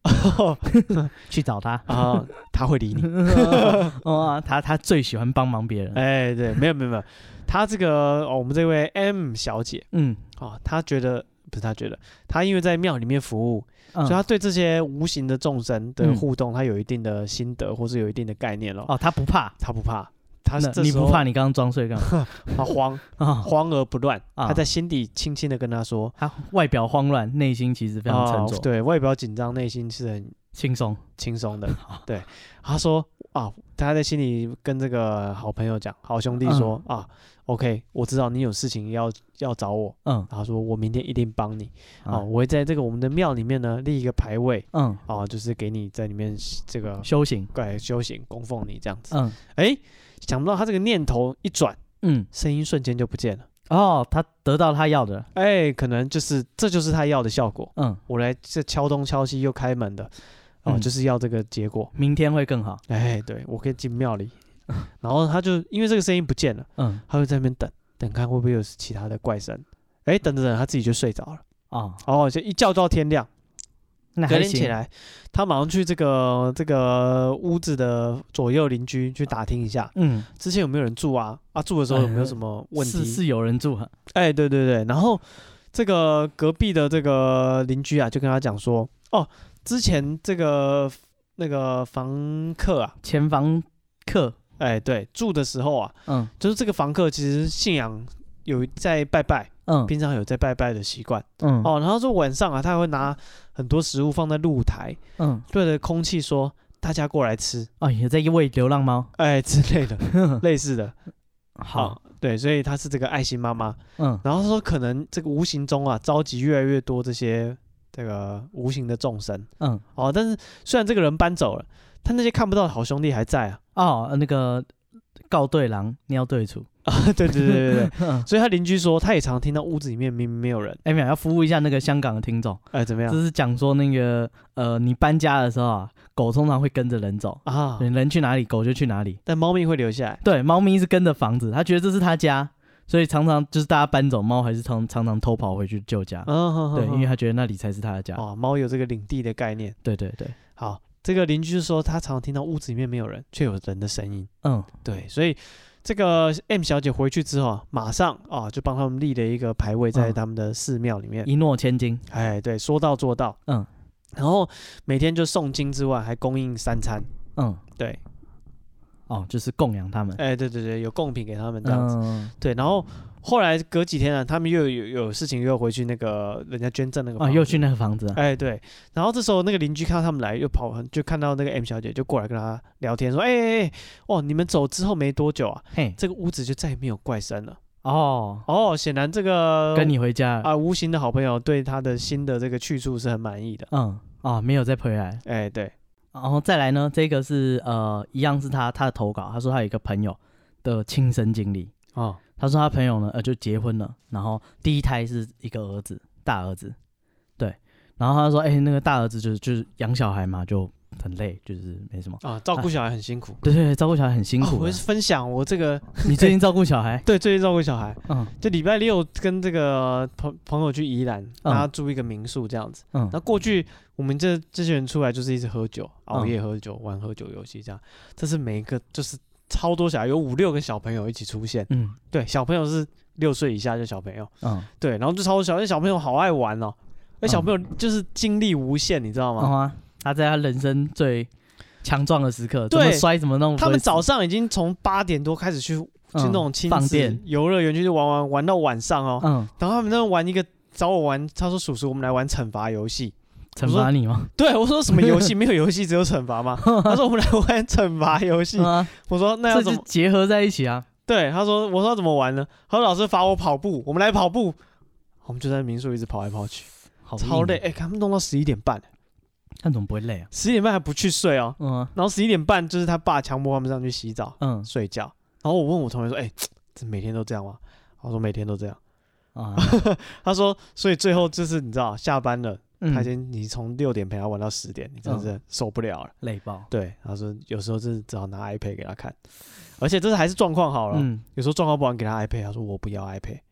去找他啊，他会理你。 哦，他他最喜欢帮忙别人。 哎，对，没有没有没有，他这个、哦、我们这位 M 小姐，嗯，哦，她觉得不是她觉得，她因为在庙里面服务。嗯、所以他对这些无形的众生的互动，嗯、他有一定的心得，或是有一定的概念了。 哦，他不怕， 他不怕，他这你不怕？你刚刚装睡干嘛？ 他慌，慌而不乱。他在心底轻轻的跟他说：“ 他外表慌乱，内心其实非常沉着。 哦”对，外表紧张，内心是很轻松、 轻松的。对，他说：“啊，他在心里跟这个好朋友讲，好兄弟说、嗯、啊。” OK， 我知道你有事情要要找我，嗯，然后说我明天一定帮你，啊、哦，我会在这个我们的庙里面呢立一个牌位，嗯，哦，就是给你在里面这个修行， 对，修行供奉你这样子，嗯，哎，想不到他这个念头一转，嗯，声音瞬间就不见了， 哦，他得到他要的， 哎，可能就是这就是他要的效果，嗯，我来这敲东敲西又开门的，哦，嗯、就是要这个结果， 明天会更好， 哎，对我可以进庙里。然后他就因为这个声音不见了，嗯，他就在那边等等看会不会有其他的怪声，哎，等着等，他自己就睡着了啊，哦，就一觉到天亮， 那隔天起来，他马上去这个这个屋子的左右邻居去打听一下，嗯，之前有没有人住啊？啊，住的时候有没有什么问题？ 是是有人住， 哎，对对对，然后这个隔壁的这个邻居啊，就跟他讲说，哦，之前这个那个房客啊， 前房客。 哎，对，住的时候啊，嗯，就是这个房客其实信仰有在拜拜，嗯，平常有在拜拜的习惯，嗯，哦，然后说晚上啊，他会拿很多食物放在露台，嗯，对着空气说大家过来吃， 哦，也在喂流浪猫， 哎之类的，类似的，好、哦，对，所以他是这个爱心妈妈，嗯，然后说可能这个无形中啊，召集越来越多这些这个无形的众生，嗯，哦，但是虽然这个人搬走了。他那些看不到的好兄弟还在啊！ 哦，那个告对狼，尿对楚啊！对对对对对，所以他邻居说，他也常听到屋子里面明明没有人。 哎，没有，要服务一下那个香港的听众。 哎，怎么样？ 就是讲说那个呃，你搬家的时候啊，狗通常会跟着人走啊，人去哪里，狗就去哪里。 但猫咪会留下来。 对，猫咪是跟着房子，他觉得这是他家，所以常常就是大家搬走，猫还是常常常偷跑回去旧家。嗯，对，因为他觉得那里才是他的家。 哦，猫有这个领地的概念。 对对对， 好。这个邻居说，他常常听到屋子里面没有人，却有人的声音。嗯，对，所以这个 M 小姐回去之后啊，马上啊就帮他们立了一个牌位在他们的寺庙里面， 一诺千金。 哎，对，说到做到。嗯，然后每天就诵经之外，还供应三餐。嗯，对， 哦，就是供养他们。 哎，对对对，有贡品给他们这样子。嗯、对，然后后来隔几天啊，他们又有有事情，又回去那个人家捐赠那个房子， 哦，又去那个房子、啊。 哎，对。然后这时候那个邻居看到他们来，又跑，就看到那个 M 小姐就过来跟他聊天，说：“哎哎哎，哦，你们走之后没多久啊，嘿，这个屋子就再也没有怪声了。”哦哦，显然这个跟你回家啊，无形的好朋友对他的新的这个去处是很满意的。 嗯，哦，没有再回来。 哎，对。 然后再来呢，这个是呃，一样是他他的投稿，他说他有一个朋友的亲身经历。哦。他说他朋友呢，呃，就结婚了，然后第一胎是一个儿子，大儿子，对，然后他说，哎、欸，那个大儿子就是就是养小孩嘛，就很累，就是没什么啊，照顾小孩很辛苦， 对 对, 对，照顾小孩很辛苦、啊哦。 我分享我这个， 你最近照顾小孩？ 对，最近照顾小孩，嗯，就礼拜六跟这个朋朋友去宜兰，让他住一个民宿这样子，嗯，那过去我们这这些人出来就是一直喝酒，熬夜喝酒，玩喝酒游戏这样，这是每一个就是。超多小孩，有五六个小朋友一起出现。嗯，对，小朋友是六岁以下就小朋友。嗯，对，然后就超多小，那小朋友好爱玩哦。那小朋友就是精力无限，你知道吗？ 嗯啊、他在他人生最强壮的时刻，怎么摔怎么弄。 他们早上已经从八点多开始去、嗯、去那种亲子游乐园去玩玩玩到晚上哦。嗯，然后他们那玩一个找我玩，他说叔叔，我们来玩惩罚游戏。 惩罚你吗？ 对，我说什么游戏？没有游戏，只有惩罚吗？他说我们来玩惩罚游戏。嗯、我说那要怎么结合在一起啊？ 对，他说我说要怎么玩呢？他说老师罚我跑步，我们来跑步。我们就在民宿一直跑来跑去，好超累。哎、欸，他们弄到十一点半， 他怎么不会累啊？ 十一点半还不去睡哦。嗯、啊。然后十一点半就是他爸强迫他们上去洗澡，嗯，睡觉。然后我问我同学说：“哎、欸，这每天都这样吗？”他说：“每天都这样。”啊，他说，所以最后就是你知道，下班了。嗯、他先你从六点陪他玩到十点，你真的是受不了了， 累爆。 对，他说有时候是只好拿 iPad 给他看，而且这是还是状况好了，嗯、有时候状况不好给他 iPad， 他说我不要 iPad，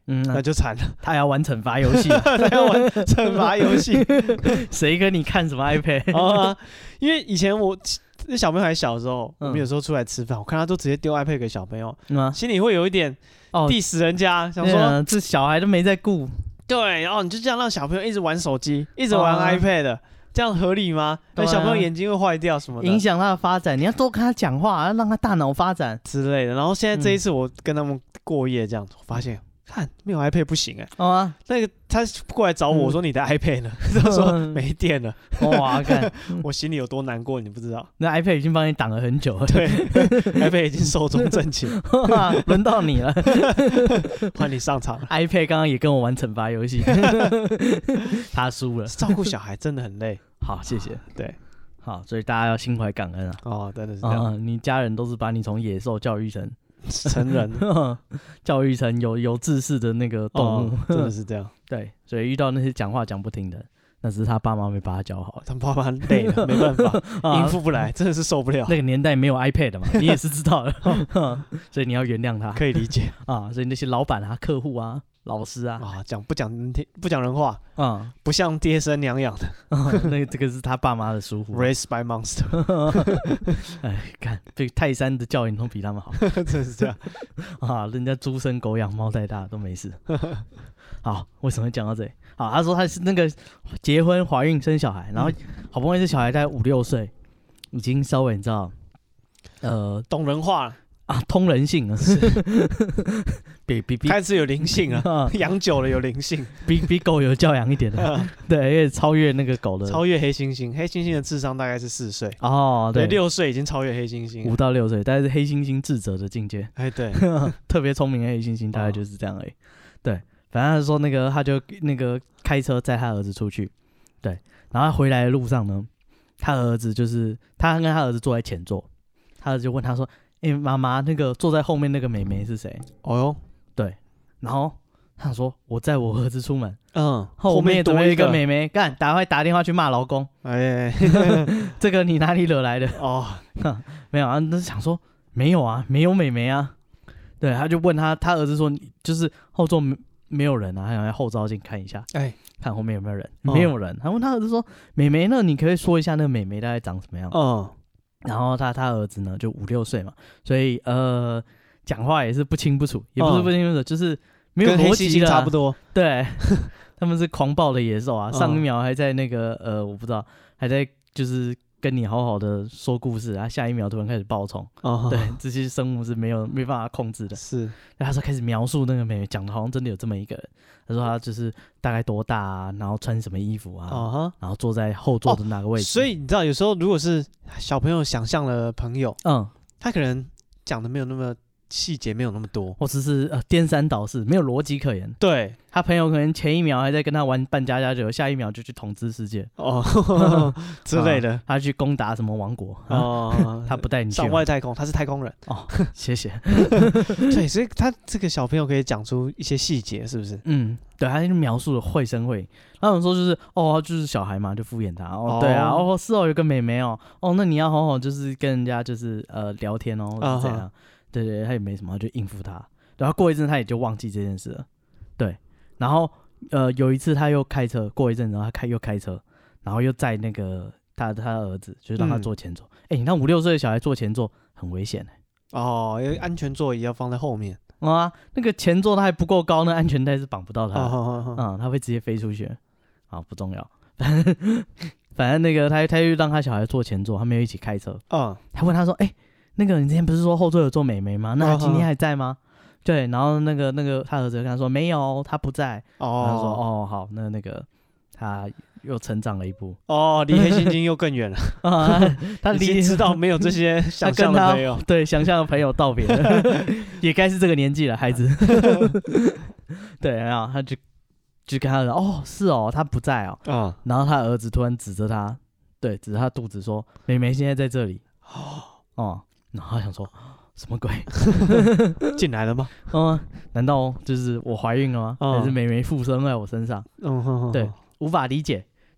嗯，那就惨了。 他要玩惩罚游戏， 他要玩惩罚游戏， 谁跟你看什么 iPad？ 哦、因为以前我那小朋友还小的时候，嗯、我们有时候出来吃饭，我看他都直接丢 iPad 给小朋友，嗯、心里会有一点diss人家，哦、想说、 啊、这小孩都没在顾。 对，然后你就这样让小朋友一直玩手机，一直玩 iPad，、哦、这样合理吗？那、啊、小朋友眼睛会坏掉什么的， 影响他的发展。你要多跟他讲话，要让他大脑发展之类的。然后现在这一次我跟他们过夜这样子，我发现。看没有 iPad 不行哎、欸，哦啊，那个他过来找我，我说你的 iPad 呢？他说没电了。 哇，看我心里有多难过，你不知道。 那 iPad 已经帮你挡了很久了， 对，iPad 已经寿终正寝， 轮到你了， 换你上场。 iPad 刚刚也跟我玩惩罚游戏，他输了。 照顾小孩真的很累。 好，谢谢。 对， 好，所以大家要心怀感恩啊。 哦，真的是这样、 啊。你家人都是把你从野兽教育成。 成人教育成有有知识的那个动物、哦， 真的是这样。 对，所以遇到那些讲话讲不听的，那只是他爸妈没把他教好， 他爸妈累了，没办法，应付不来，真的是受不了。 那个年代没有 iPad 嘛，你也是知道的，所以你要原谅他， 可以理解啊。所以那些老板啊、客户啊、老师啊， 啊，讲不讲不讲人话啊、嗯，不像爹生娘养的， 啊、那个这个是他爸妈的疏忽、啊。 Raised by monster， 哎，看这泰山的教养都比他们好， 真的是这样啊！人家猪生狗养猫带大都没事。好，为什么会讲到这里？好，他说他是那个结婚、怀孕、生小孩，然后好不容易这小孩大概五六岁，已经稍微你知道，呃， 懂人话了。 啊，通人性了，比比比开始有灵性了，养久了有灵性， 比比狗有教养一点的，对，因为超越那个狗的， 超越黑猩猩，黑猩猩的智商大概是四岁哦，对， 六岁已经超越黑猩猩， 五到六岁，大概是黑猩猩智者的境界， 哎，对， 特别聪明的黑猩猩大概就是这样而已，对，反正他说那个他就那个开车载他儿子出去，对，然后他回来的路上呢，他儿子就是他跟他儿子坐在前座，他儿子就问他说。哎、欸，妈妈，那个坐在后面那个妹妹是谁？ 哦哟， 对，然后他说我载我儿子出门， 嗯， 后面多一个妹妹，干，赶快打电话去骂老公，哎，这个你哪里惹来的？哦，没有啊，那是想说没有啊，没有妹妹啊，对，他就问他，他儿子说，就是後座没没有人啊，他想在後照鏡看一下，哎，看後面有沒有人，哦、沒有人，他問他兒子說，妹妹呢？你可以說一下那個妹妹大概長什麼樣？嗯。然後他他兒子呢就五六歲嘛，所以呃講話也是不清不楚，也不是不清不楚，嗯、就是沒有邏輯的，跟黑猩猩差不多。 對，他們是狂暴的野獸啊，上一秒還在那個呃我不知道，還在就是跟你好好的說故事，然後下一秒突然開始暴衝。哦，對，這些生物是沒有沒辦法控制的。是，然後他說開始描述那個妹妹，講的好像真的有這麼一個人。他說他就是大概多大啊，然後穿什麼衣服啊， uh-huh. 然後坐在後座的哪個位置。 哦、所以你知道，有時候如果是小朋友想象的朋友，嗯，他可能講的沒有那麼細節，沒有那麼多， 或者是呃顛三倒四，沒有邏輯可言。 對， 他朋友可能前一秒還在跟他玩扮家家酒，下一秒就去統治世界哦之類的、啊， 他去攻打什麼王國哦，他不帶你去上外太空，他是太空人哦，謝謝。 對，所以他這個小朋友可以講出一些細節，是不是？ 嗯，對，他就描述的繪聲繪影。他有說就是哦，就是小孩嘛，就敷衍他哦，對啊，哦是哦，有個妹妹哦，哦那你要好好就是跟人家就是呃聊天哦，或者這樣。Uh-huh. 對對，他也沒什麼，他就應付他。然後過一陣他也就忘記這件事了。對，然後呃有一次他又開車，過一陣然後他開又開車，然後又載那個他他兒子，就是讓他坐前座。哎、嗯，你看五六歲的小孩坐前座很危險哎。 哦，因為安全座椅要放在後面。 啊，那個前座他還不夠高，那安全帶是綁不到他。哦哦哦、嗯，他會直接飛出去。啊，不重要。反正那個他他就讓他小孩坐前座，他們又一起開車。嗯，他問他說，哎、欸。那個你之前不是說後座有坐妹妹嗎？那他今天還在嗎？ Uh-huh. 對，然後那個那個他兒子跟他說沒有，他不在。哦、oh. ，他說哦好，那那個他又成長了一步。哦、oh, ，離黑猩猩又更遠了。啊，他離已經知道沒有這些想象的朋友，對，想象的朋友道別了，也該是這個年紀了，孩子。對，然後他就就跟他說哦是哦，他不在哦。嗯、uh.，然後他兒子突然指着他，對，指着他肚子說妹妹現在在這裡。哦。然後他想說什麼鬼進來了嗎？ 嗯，難道就是我懷孕了嗎？嗯、還是妹妹附身在我身上？嗯哼哼，對，無法理解。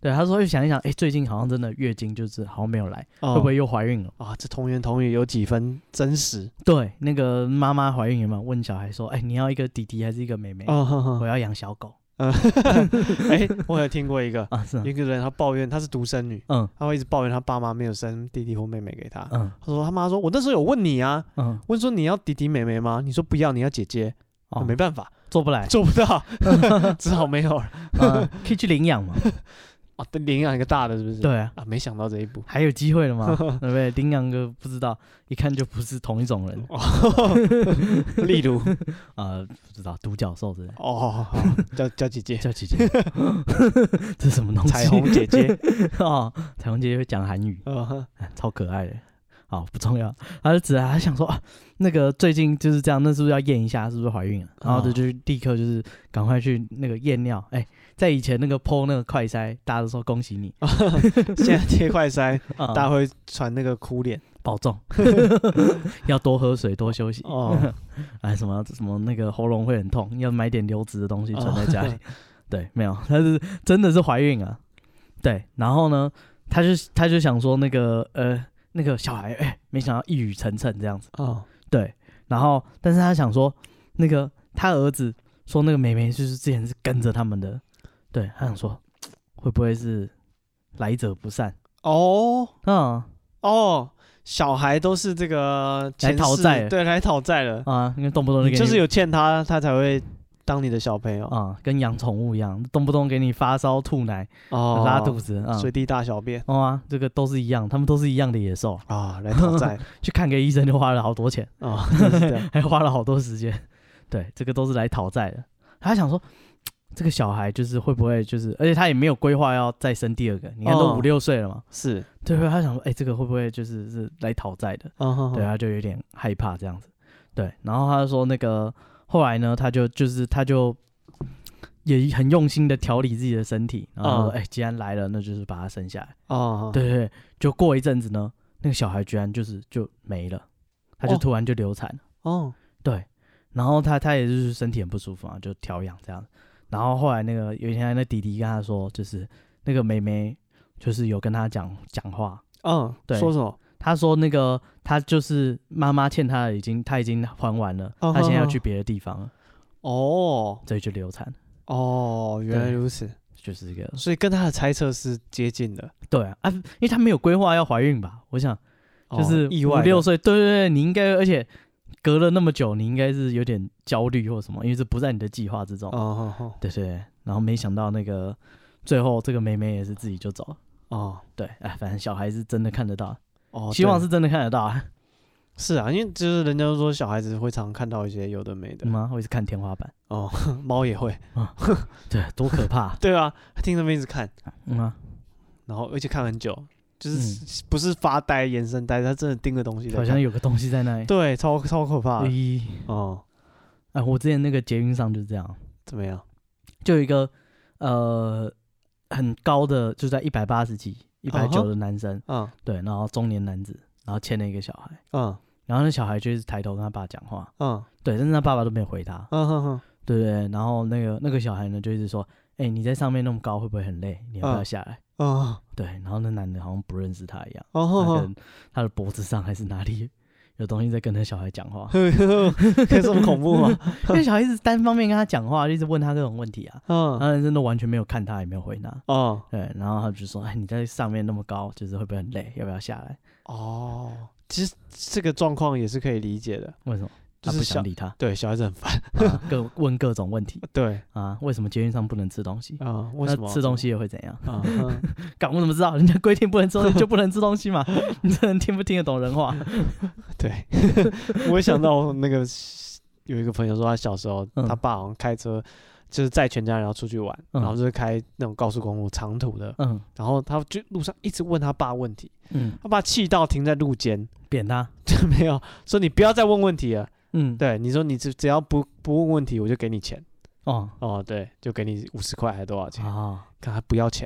对，他说想一想，哎、欸，最近好像真的月经就是好像没有来，哦、会不会又怀孕了啊？这童言童语有几分真实？ 对，那个妈妈怀孕有没有问小孩说，哎、欸，你要一个弟弟还是一个妹妹？哦、呵呵我要养小狗。 嗯，哎、欸，我有听过一个啊，是一个人他抱怨他是独生女，嗯，他会一直抱怨他爸妈没有生弟弟或妹妹给他，嗯，他说他妈说，我那时候有问你啊，嗯，问说你要弟弟妹妹吗？你说不要，你要姐姐，哦、没办法， 做不来， 做不到，只好没有了， 啊、可以去领养嘛。 啊，领养一个大的是不是？ 对啊， 啊，没想到这一步， 还有机会了吗？对不对？领养个不知道，一看就不是同一种人。哦、 例如， 呃，不知道独角兽之类。 哦，叫叫姐姐， 叫姐姐，这是什么东西？ 彩虹姐姐哦，彩虹姐姐会讲韩语，哦、超可爱的。好，不重要。他就只还想说啊，那个最近就是这样，那是不是要验一下是不是怀孕了？然后他就立刻就是赶快去那个验尿。哎、欸，在以前那个 po 那个快筛，大家都说恭喜你。 现在贴快筛，大家会传那个哭脸， 保重，要多喝水，多休息。哦，哎，什么什么那个喉咙会很痛，要买点流质的东西存在家里。哦、对，没有，他是真的是怀孕啊。对，然后呢，他就他就想说那个呃。那个小孩，哎、欸，没想到一语成谶这样子。哦，对，然后，但是他想说，那个他儿子说那个妹妹就是之前是跟着他们的，对他想说，会不会是来者不善？ 哦，嗯，哦，小孩都是这个来讨债， 对，来讨债了啊，因为动不动就给你就是有欠他，他才会当你的小朋友啊、嗯，跟养宠物一样，动不动给你发烧、吐奶、哦、拉肚子、嗯、 随地大小便。 哦啊，这个都是一样，他们都是一样的野兽啊，来讨债， 去看个医生就花了好多钱啊，还花了好多时间。对，这个都是来讨债的。他想说，这个小孩就是会不会就是，而且他也没有规划要再生第二个，你看都五六岁了嘛， 是对，他想说，哎、欸，这个会不会就是是来讨债的？哦、对，他就有点害怕这样子。对，然后他就说那个。后来呢，他就就是他就也很用心的调理自己的身体，然后说：“哎、嗯欸，既然来了，那就是把他生下来。”哦，对对对，就过一阵子呢，那个小孩居然就是就没了，他就突然就流产了。哦，对，然后他他也就是身体很不舒服嘛，就调养这样。然后后来那个有一天，那弟弟跟他说，就是那个妹妹就是有跟他讲讲话。 嗯，对，说什么？ 他说那个他就是妈妈欠他的已经他已经还完了，哦、他现在要去别的地方了。哦，所以就流产。 哦，原来如此， 就是这个， 所以跟他的猜测是接近的。 对啊，啊，因为他没有规划要怀孕吧？我想就是五六岁，对对对，你应该，而且隔了那么久，你应该是有点焦虑或什么，因为这不在你的计划之中。哦哦哦，对对对，然后没想到那个最后这个妹妹也是自己就走了。哦，对，哎，反正小孩是真的看得到。哦，希望是真的看得到啊！ 是啊，因为就是人家都说小孩子会常看到一些有的没的吗？会是看天花板哦，猫也会啊， 对，多可怕！ 对啊，听着妹子看， 嗯啊， 然后而且看很久，就是不是发呆、眼神呆，他真的盯着东西， 好像有个东西在那里， 对，超超可怕的哦。哎，我之前那个捷运上就是这样， 怎么样？ 就有一个呃很高的，就在一百八十几。一百九的男生，嗯，对，然后中年男子，然后牵了一个小孩，嗯，然后那小孩就一直抬头跟他爸讲话，嗯，对，但是他爸爸都没有回他，嗯哼哼，对对，然后那个那个小孩呢就一直说，哎、欸，你在上面那么高会不会很累？你要不要下来？嗯，对，然后那男的好像不认识他一样，哦哼哼，他跟他的脖子上还是哪里有东西在跟那小孩讲话， 可以这么恐怖吗？ 因为小孩一直单方面跟他讲话，一直问他各种问题啊，嗯，然后男生都完全没有看他，也没有回他，哦，对，然后他就说，哎，你在上面那么高，就是会不会很累？要不要下来？ 哦，其实这个状况也是可以理解的， 为什么？就是他不想理他， 对，小孩子很烦， 啊、各问各种问题， 对啊，为什么捷运上不能吃东西啊？为什么吃东西也会怎样？啊，干我怎么知道？人家规定不能吃东西就不能吃东西嘛？你这人听不听得懂人话？ 对，我想到那个有一个朋友说，他小时候、嗯、他爸好像开车，就是载全家人要出去玩，嗯、然后就是开那种高速公路长途的，嗯，然后他就路上一直问他爸问题，嗯，他爸气到停在路肩扁他， 就没有说你不要再问问题了。嗯，对，你说你只只要不不问问题，我就给你钱。哦哦，对，就给你五十块还多少钱？哦，看他不要钱。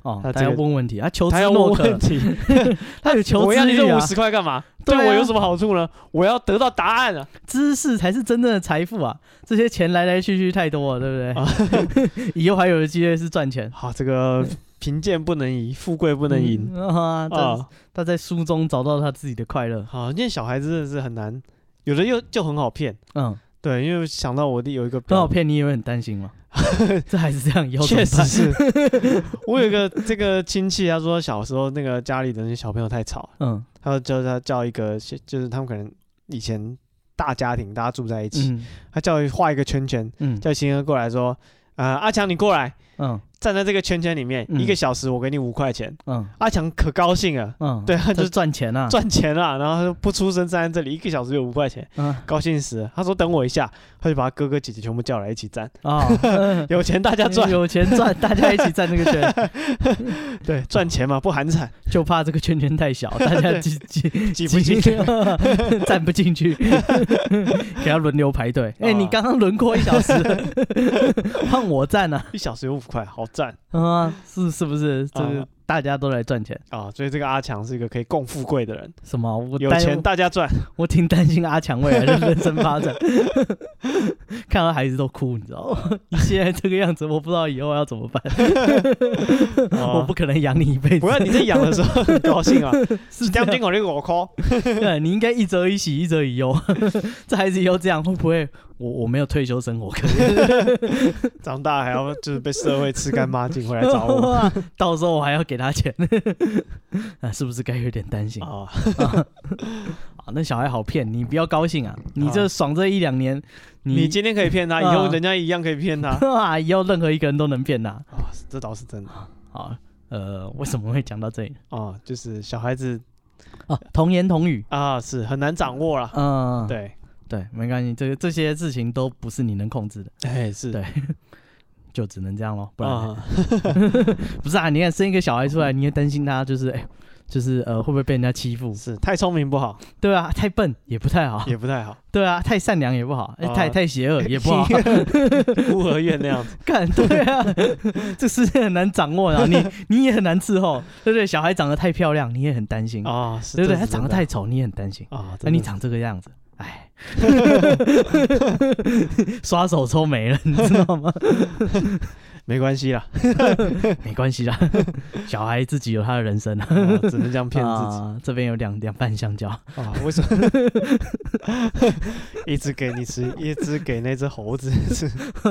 哦，他要问问题，他求知若渴，他有求知欲啊。 我要你这五十块干嘛？对我有什么好处呢？我要得到答案啊！ 知识才是真正的财富啊！这些钱来来去去太多了，对不对？以后还有的机会是赚钱。 好，这个贫贱不能移，富贵不能淫、嗯、 啊！他, 他在书中找到他自己的快乐。 好，因为小孩子真的是很难，有的又就很好骗。嗯，对，因为想到我弟有一个很好骗，你也会很担心吗？这还是这样，以后确实是。我有一个这个亲戚，他说小时候那个家里的那些小朋友太吵，嗯，他就叫他叫一个，就是他们可能以前大家庭大家住在一起，嗯、他叫画一个圈圈，嗯，叫星哥过来说，呃，阿强你过来，嗯。站在这个圈圈里面、嗯、一个小时我给你五块钱，嗯，阿强可高兴了，嗯，对，他就赚钱啊， 赚钱了，然后他就不出声站在这里一个小时有五块钱，嗯，高兴死了。他说等我一下，他就把他哥哥姐姐全部叫来一起站，啊、哦，有钱大家赚， 有钱赚，大家一起站这个圈， 对，赚钱嘛不寒碜， 就怕这个圈圈太小，大家挤挤挤不进去， 站不进去，给他轮流排队。哎、哦欸，你刚刚轮过一小时，换我站啊， 一小时有五块，好赞。 啊、嗯，是是不是？这个大家都来赚钱啊、哦，所以这个阿强是一个可以共富贵的人。 什么？我有钱大家赚。 我挺担心阿强未来的人生发展，看到孩子都哭，你知道吗？你现在这个样子，我不知道以后要怎么办。哦、我不可能养你一辈子。 不要你在养的时候很高兴啊，是这样经过那个我抠。 对，你应该一则以喜，一则以忧。这孩子以后这样会不会？我我没有退休生活可以， 长大还要就是被社会吃干抹净回来找我， 到时候我还要给他钱，啊，是不是该有点担心啊？啊，那小孩好骗，你不要高兴啊！你这爽这一两年， 你, 你今天可以骗他，以后人家一样可以骗他， 啊，以后任何一个人都能骗他。 啊，这倒是真的。 好，呃，为什么会讲到这里？ 哦，就是小孩子， 哦，童言童语啊，是很难掌握啦。嗯，对。 对，没关系，这这些事情都不是你能控制的。 哎，是， 对，就只能这样咯，不然、啊、不是啊？你看生一个小孩出来，你也担心他就是哎，就是呃会不会被人家欺负？ 是，太聪明不好， 对啊，太笨也不太好， 也不太好， 对啊，太善良也不好，哎、啊，太太邪恶也不好， 孤儿院那样子， 干对啊，这世界很难掌握啊，你你也很难伺候，对不对？小孩长得太漂亮，你也很担心啊，对不对？他长得太丑，你也很担心啊，那你长这个样子。哎，刷手抽没了，你知道吗？ 没关系啦， 没关系啦，小孩自己有他的人生啊， 哦、只能这样骗自己。 啊、这边有两两瓣香蕉啊，为什么？一只给你吃，一只给那只猴子吃。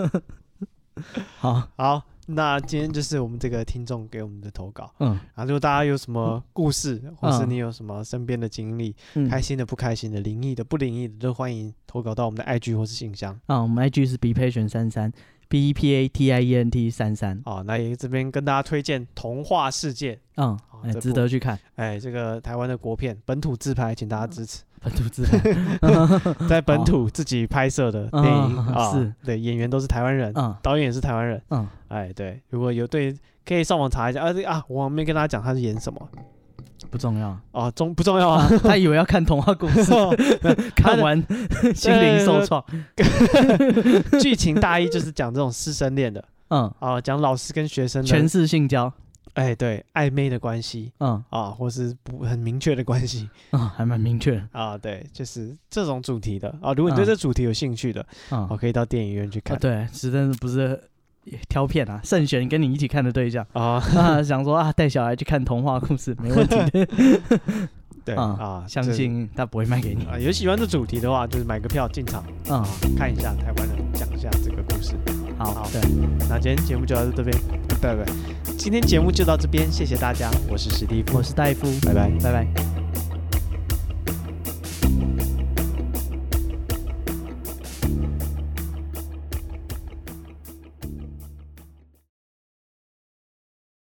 好好。那今天就是我们这个听众给我们的投稿，嗯，然后如果大家有什么故事，嗯、或是你有什么身边的经历，嗯、开心的、不开心的、灵异的、不灵异的，都欢迎投稿到我们的 I G 或是信箱。 啊，我们 I G 是 bepatient 三三 b e p a t i e n t 三三。 哦，那也这边跟大家推荐《童话世界》， 嗯，欸、值得去看。 哎，这个台湾的国片，本土自拍，请大家支持。 本土自拍， 在本土自己拍摄的电影啊、 哦，是对，演员都是台湾人，嗯，导演也是台湾人，嗯，哎，对，如果有对，可以上网查一下，啊啊，我没跟大家讲他是演什么， 不重要哦，重不重要啊？ 他以为要看童话故事，看完心灵受创。 剧情大意就是讲这种师生恋的，嗯，啊，讲老师跟学生的权势性交。 哎，对，暧昧的关系，嗯啊，或是不很明确的关系， 啊，还蛮明确啊，对，就是这种主题的啊。如果你对这主题有兴趣的，嗯，我可以到电影院去看。 啊、对，实在不是挑片啊，慎选跟你一起看的对象啊。啊想说啊，带小孩去看童话故事没问题的。 对 啊, 啊， 相信他不会卖给你啊。有喜欢这主题的话，就是买个票进场，嗯、啊，看一下台湾人讲一下这个故事。 好，好， 对，那今天节目就到这边，拜拜。今天节目就到这边，谢谢大家，我是史蒂夫， 我是戴夫， 拜拜， 拜拜。